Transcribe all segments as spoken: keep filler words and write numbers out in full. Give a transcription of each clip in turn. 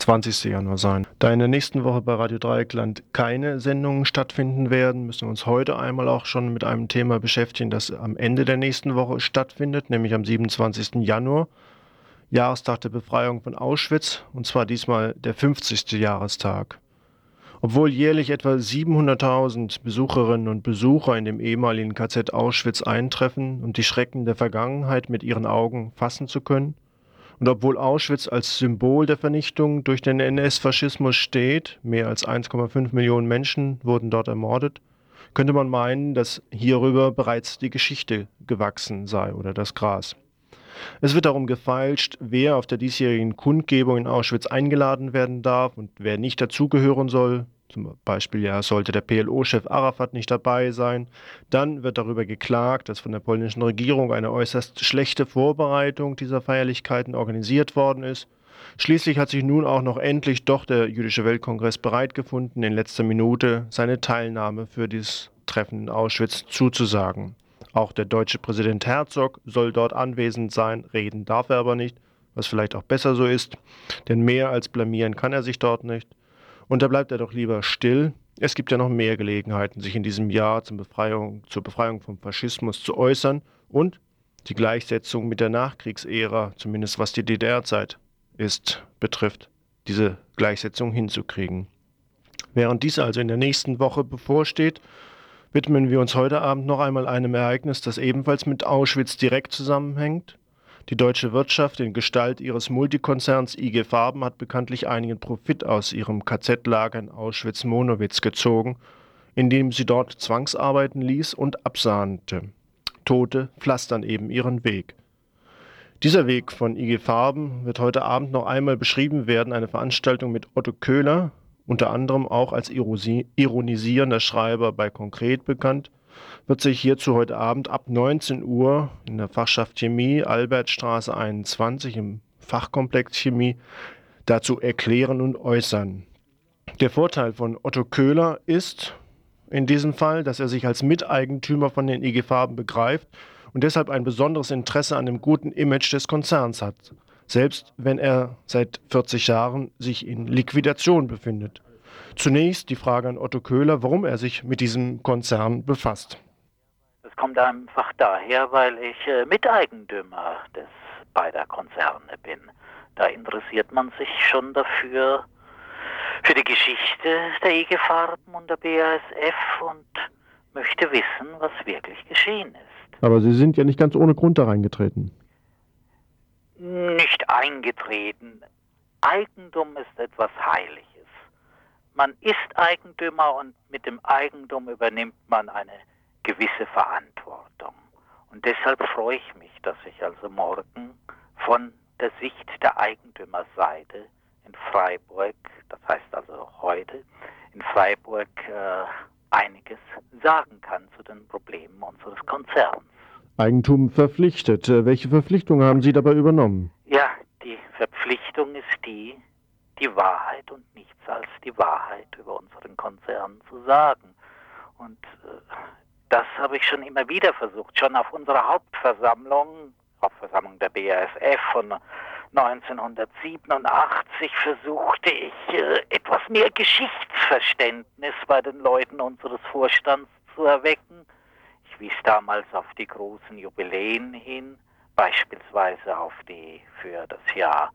zwanzigsten Januar sein. Da in der nächsten Woche bei Radio Dreieckland keine Sendungen stattfinden werden, müssen wir uns heute einmal auch schon mit einem Thema beschäftigen, das am Ende der nächsten Woche stattfindet, nämlich am siebenundzwanzigsten Januar, Jahrestag der Befreiung von Auschwitz, und zwar diesmal der fünfzigste Jahrestag. Obwohl jährlich etwa siebenhunderttausend Besucherinnen und Besucher in dem ehemaligen K Z Auschwitz eintreffen, um die Schrecken der Vergangenheit mit ihren Augen fassen zu können, und obwohl Auschwitz als Symbol der Vernichtung durch den N S-Faschismus steht, mehr als eins Komma fünf Millionen Menschen wurden dort ermordet, könnte man meinen, dass hierüber bereits die Geschichte gewachsen sei oder das Gras. Es wird darum gefeilscht, wer auf der diesjährigen Kundgebung in Auschwitz eingeladen werden darf und wer nicht dazugehören soll. Zum Beispiel ja, sollte der P L O-Chef Arafat nicht dabei sein. Dann wird darüber geklagt, dass von der polnischen Regierung eine äußerst schlechte Vorbereitung dieser Feierlichkeiten organisiert worden ist. Schließlich hat sich nun auch noch endlich doch der Jüdische Weltkongress bereit gefunden, in letzter Minute seine Teilnahme für dieses Treffen in Auschwitz zuzusagen. Auch der deutsche Präsident Herzog soll dort anwesend sein, reden darf er aber nicht, was vielleicht auch besser so ist, denn mehr als blamieren kann er sich dort nicht. Und da bleibt er doch lieber still. Es gibt ja noch mehr Gelegenheiten, sich in diesem Jahr zur Befreiung, zur Befreiung vom Faschismus zu äußern und die Gleichsetzung mit der Nachkriegsära, zumindest was die D D R-Zeit ist, betrifft, diese Gleichsetzung hinzukriegen. Während dies also in der nächsten Woche bevorsteht, widmen wir uns heute Abend noch einmal einem Ereignis, das ebenfalls mit Auschwitz direkt zusammenhängt. Die deutsche Wirtschaft in Gestalt ihres Multikonzerns I G Farben hat bekanntlich einigen Profit aus ihrem K Z-Lager in Auschwitz-Monowitz gezogen, indem sie dort Zwangsarbeiten ließ und absahnte. Tote pflastern eben ihren Weg. Dieser Weg von I G Farben wird heute Abend noch einmal beschrieben werden, eine Veranstaltung mit Otto Köhler, unter anderem auch als ironisierender Schreiber bei Konkret bekannt, wird sich hierzu heute Abend ab neunzehn Uhr in der Fachschaft Chemie, Albertstraße einundzwanzig im Fachkomplex Chemie, dazu erklären und äußern. Der Vorteil von Otto Köhler ist in diesem Fall, dass er sich als Miteigentümer von den I G Farben begreift und deshalb ein besonderes Interesse an dem guten Image des Konzerns hat, selbst wenn er seit vierzig Jahren sich in Liquidation befindet. Zunächst die Frage an Otto Köhler, warum er sich mit diesem Konzern befasst. Das kommt einfach daher, weil ich äh, Miteigentümer des beider Konzerne bin. Da interessiert man sich schon dafür, für die Geschichte der I G Farben und der B A S F und möchte wissen, was wirklich geschehen ist. Aber Sie sind ja nicht ganz ohne Grund da reingetreten. Nicht eingetreten. Eigentum ist etwas Heiliges. Man ist Eigentümer und mit dem Eigentum übernimmt man eine gewisse Verantwortung. Und deshalb freue ich mich, dass ich also morgen von der Sicht der Eigentümerseite in Freiburg, das heißt also heute, in Freiburg äh, einiges sagen kann zu den Problemen unseres Konzerns. Eigentum verpflichtet. Welche Verpflichtungen haben Sie dabei übernommen? Ja, die Verpflichtung ist die, die Wahrheit und nichts als die Wahrheit über unseren Konzern zu sagen. Und äh, das habe ich schon immer wieder versucht. Schon auf unserer Hauptversammlung, Hauptversammlung der B A S F von neunzehnhundertsiebenundachtzig, versuchte ich äh, etwas mehr Geschichtsverständnis bei den Leuten unseres Vorstands zu erwecken. Ich wies damals auf die großen Jubiläen hin, beispielsweise auf die für das Jahr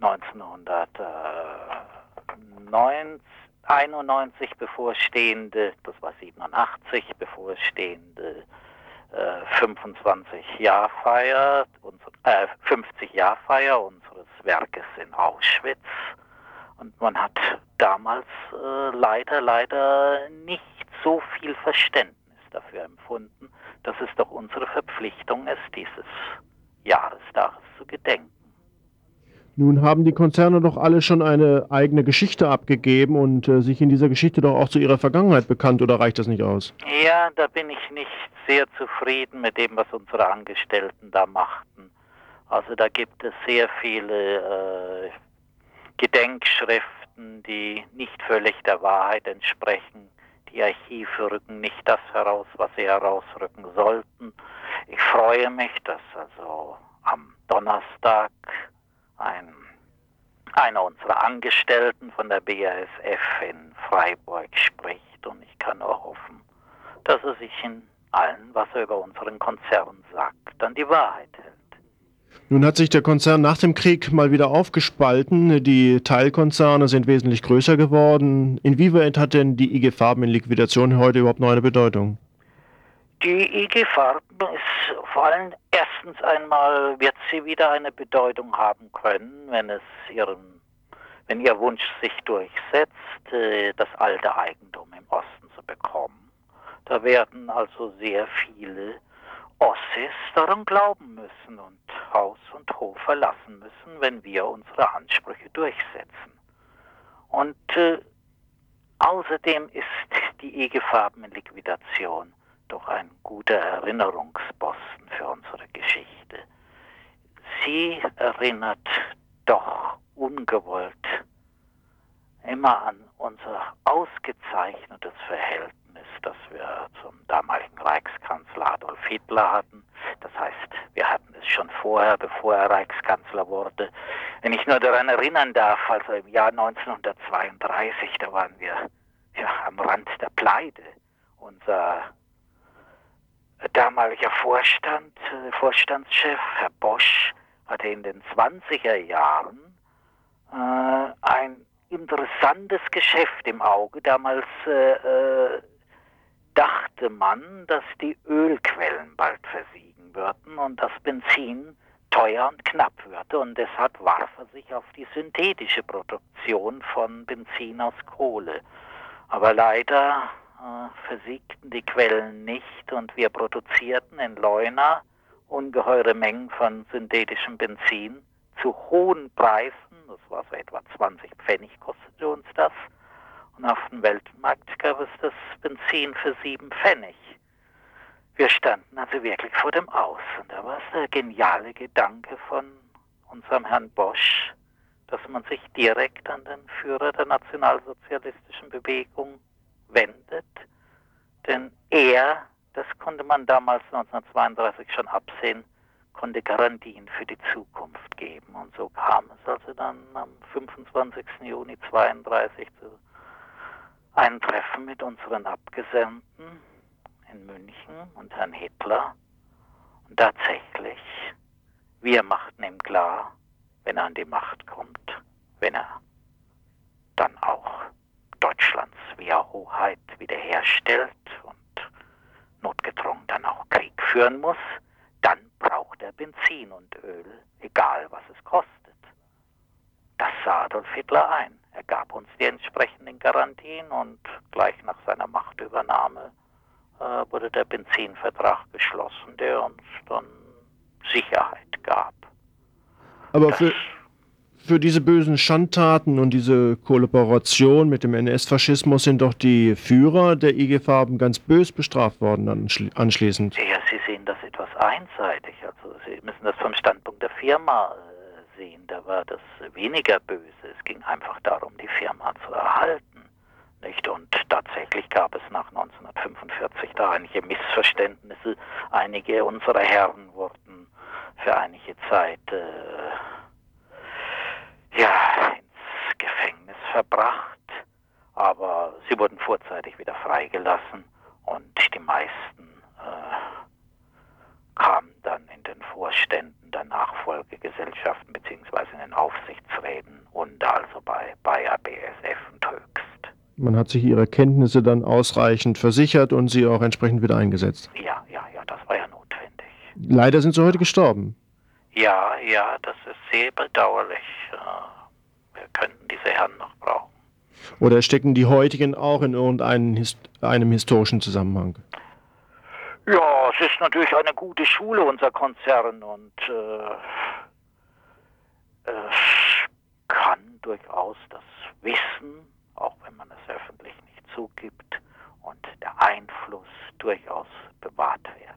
neunzehnhunderteinundneunzig bevorstehende, das war siebenundachtzig, bevorstehende äh, fünfundzwanzig-Jahr-Feier, äh, fünfzig-Jahr-Feier unseres Werkes in Auschwitz. Und man hat damals äh, leider, leider nicht so viel Verständnis dafür empfunden, dass es doch unsere Verpflichtung ist, dieses Jahrestages zu gedenken. Nun haben die Konzerne doch alle schon eine eigene Geschichte abgegeben und äh, sich in dieser Geschichte doch auch zu ihrer Vergangenheit bekannt, oder reicht das nicht aus? Ja, da bin ich nicht sehr zufrieden mit dem, was unsere Angestellten da machten. Also da gibt es sehr viele äh, Gedenkschriften, die nicht völlig der Wahrheit entsprechen. Die Archive rücken nicht das heraus, was sie herausrücken sollten. Ich freue mich, dass also am Donnerstag ein einer unserer Angestellten von der B A S F in Freiburg spricht. Und ich kann nur hoffen, dass er sich in allem, was er über unseren Konzern sagt, an die Wahrheit hält. Nun hat sich der Konzern nach dem Krieg mal wieder aufgespalten. Die Teilkonzerne sind wesentlich größer geworden. Inwieweit hat denn die I G Farben in Liquidation heute überhaupt noch eine Bedeutung? Die I G Farben ist vor allem erstens einmal, wird sie wieder eine Bedeutung haben können, wenn es ihren, wenn ihr Wunsch sich durchsetzt, das alte Eigentum im Osten zu bekommen. Da werden also sehr viele Ossis daran glauben müssen und Haus und Hof verlassen müssen, wenn wir unsere Ansprüche durchsetzen. Und äh, außerdem ist die I G Farben in Liquidation doch ein guter Erinnerungsposten für unsere Geschichte. Sie erinnert doch ungewollt immer an unser ausgezeichnetes Verhältnis, das wir zum damaligen Reichskanzler Adolf Hitler hatten. Das heißt, wir hatten es schon vorher, bevor er Reichskanzler wurde. Wenn ich nur daran erinnern darf, also im Jahr neunzehnhundertzweiunddreißig, da waren wir ja, am Rand der Pleite. Unser damaliger Vorstand, Vorstandschef, Herr Bosch, hatte in den zwanziger Jahren äh, ein interessantes Geschäft im Auge. Damals äh, dachte man, dass die Ölquellen bald versiegen würden und das Benzin teuer und knapp würde. Und deshalb warf er sich auf die synthetische Produktion von Benzin aus Kohle. Aber leider äh, versiegten die Quellen nicht und wir produzierten in Leuna ungeheure Mengen von synthetischem Benzin zu hohen Preisen. Das war so etwa zwanzig Pfennig kostete uns das. Und auf dem Weltmarkt gab es das Benzin für sieben Pfennig. Wir standen also wirklich vor dem Aus. Und da war es der geniale Gedanke von unserem Herrn Bosch, dass man sich direkt an den Führer der nationalsozialistischen Bewegung wendet. Denn er, das konnte man damals neunzehnhundertzweiunddreißig schon absehen, konnte Garantien für die Zukunft geben. Und so kam es also dann am fünfundzwanzigsten Juni neunzehnhundertzweiunddreißig zu einem Treffen mit unseren Abgesandten in München und Herrn Hitler. Und tatsächlich, wir machten ihm klar, wenn er an die Macht kommt, wenn er dann auch Deutschlands Wehrhoheit wiederherstellt und notgedrungen dann auch Krieg führen muss, dann braucht er Benzin und Öl, egal was es kostet. Das sah Adolf Hitler ein. Er gab uns die entsprechenden Garantien und gleich nach seiner Machtübernahme äh, wurde der Benzinvertrag geschlossen, der uns dann Sicherheit gab. Aber das für, für diese bösen Schandtaten und diese Kollaboration mit dem N S-Faschismus sind doch die Führer der I G Farben ganz bös bestraft worden anschließend. Ja, Sie sehen das etwas einseitig. Also Sie müssen das vom Standpunkt der Firma äh, sehen. Da war das weniger böse. Es ging einfach darum, die Firma zu erhalten. Nicht? Und tatsächlich gab es nach neunzehnhundertfünfundvierzig da einige Missverständnisse. Einige unserer Herren wurden für einige Zeit äh, ja, ins Gefängnis verbracht, aber sie wurden vorzeitig wieder freigelassen und die meisten äh, kamen dann in den Vorständen der Nachfolgegesellschaften beziehungsweise in den Aufsichtsräten und also bei Bayer, B A S F und Höchst. Man hat sich ihre Kenntnisse dann ausreichend versichert und sie auch entsprechend wieder eingesetzt. Ja, ja, ja, das war ja notwendig. Leider sind sie heute gestorben. Ja, ja, das ist sehr bedauerlich. Wir könnten diese Herren noch brauchen. Oder stecken die heutigen auch in irgendeinem Hist- einem historischen Zusammenhang? Ja, es ist natürlich eine gute Schule, unser Konzern, und äh, es kann durchaus das Wissen, auch wenn man es öffentlich nicht zugibt, und der Einfluss durchaus bewahrt werden.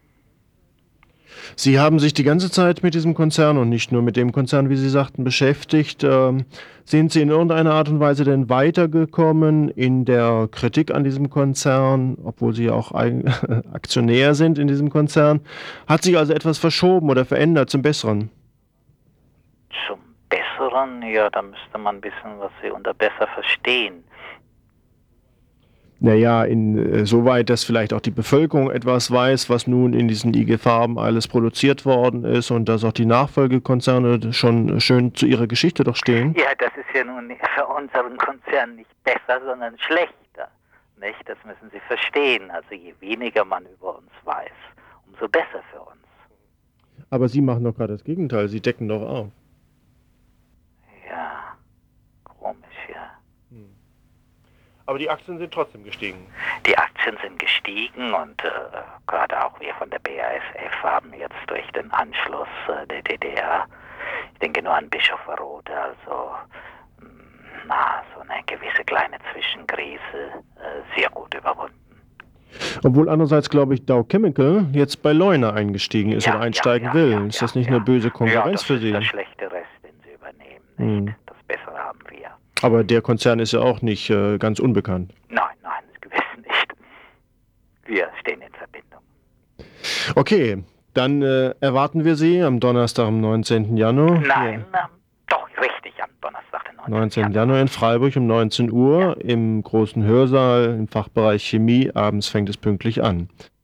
Sie haben sich die ganze Zeit mit diesem Konzern und nicht nur mit dem Konzern, wie Sie sagten, beschäftigt. Ähm, sind Sie in irgendeiner Art und Weise denn weitergekommen in der Kritik an diesem Konzern, obwohl Sie ja auch Aktionär sind in diesem Konzern? Hat sich also etwas verschoben oder verändert zum Besseren? Zum Besseren Besseren, ja, da müsste man wissen, was Sie unter besser verstehen. Naja, insoweit, dass vielleicht auch die Bevölkerung etwas weiß, was nun in diesen I G Farben alles produziert worden ist und dass auch die Nachfolgekonzerne schon schön zu ihrer Geschichte doch stehen. Ja, das ist ja nun für unseren Konzern nicht besser, sondern schlechter. Nicht? Das müssen Sie verstehen. Also je weniger man über uns weiß, umso besser für uns. Aber Sie machen doch gerade das Gegenteil. Sie decken doch auf. Ja, komisch, ja. Aber die Aktien sind trotzdem gestiegen. Die Aktien sind gestiegen und äh, gerade auch wir von der B A S F haben jetzt durch den Anschluss äh, der D D R, ich denke nur an Bischofferode, also mh, na, so eine gewisse kleine Zwischenkrise äh, sehr gut überwunden. Obwohl andererseits, glaube ich, Dow Chemical jetzt bei Leuna eingestiegen ist Ja, oder einsteigen ja, ja, will. ja, ist das ja, nicht ja. eine böse Konkurrenz ja, für Sie? Das ist der schlechte Rest, den Sie übernehmen, nicht? Hm. Das Bessere haben wir. Aber der Konzern ist ja auch nicht äh, ganz unbekannt. Nein, nein, gewiss nicht. Wir stehen in Verbindung. Okay, dann äh, erwarten wir Sie am Donnerstag, am neunzehnten Januar. Nein, ähm, doch, richtig, am Donnerstag, den neunzehnten neunzehnten Januar in Freiburg um neunzehn Uhr im großen Hörsaal im Fachbereich Chemie. Abends fängt es pünktlich an.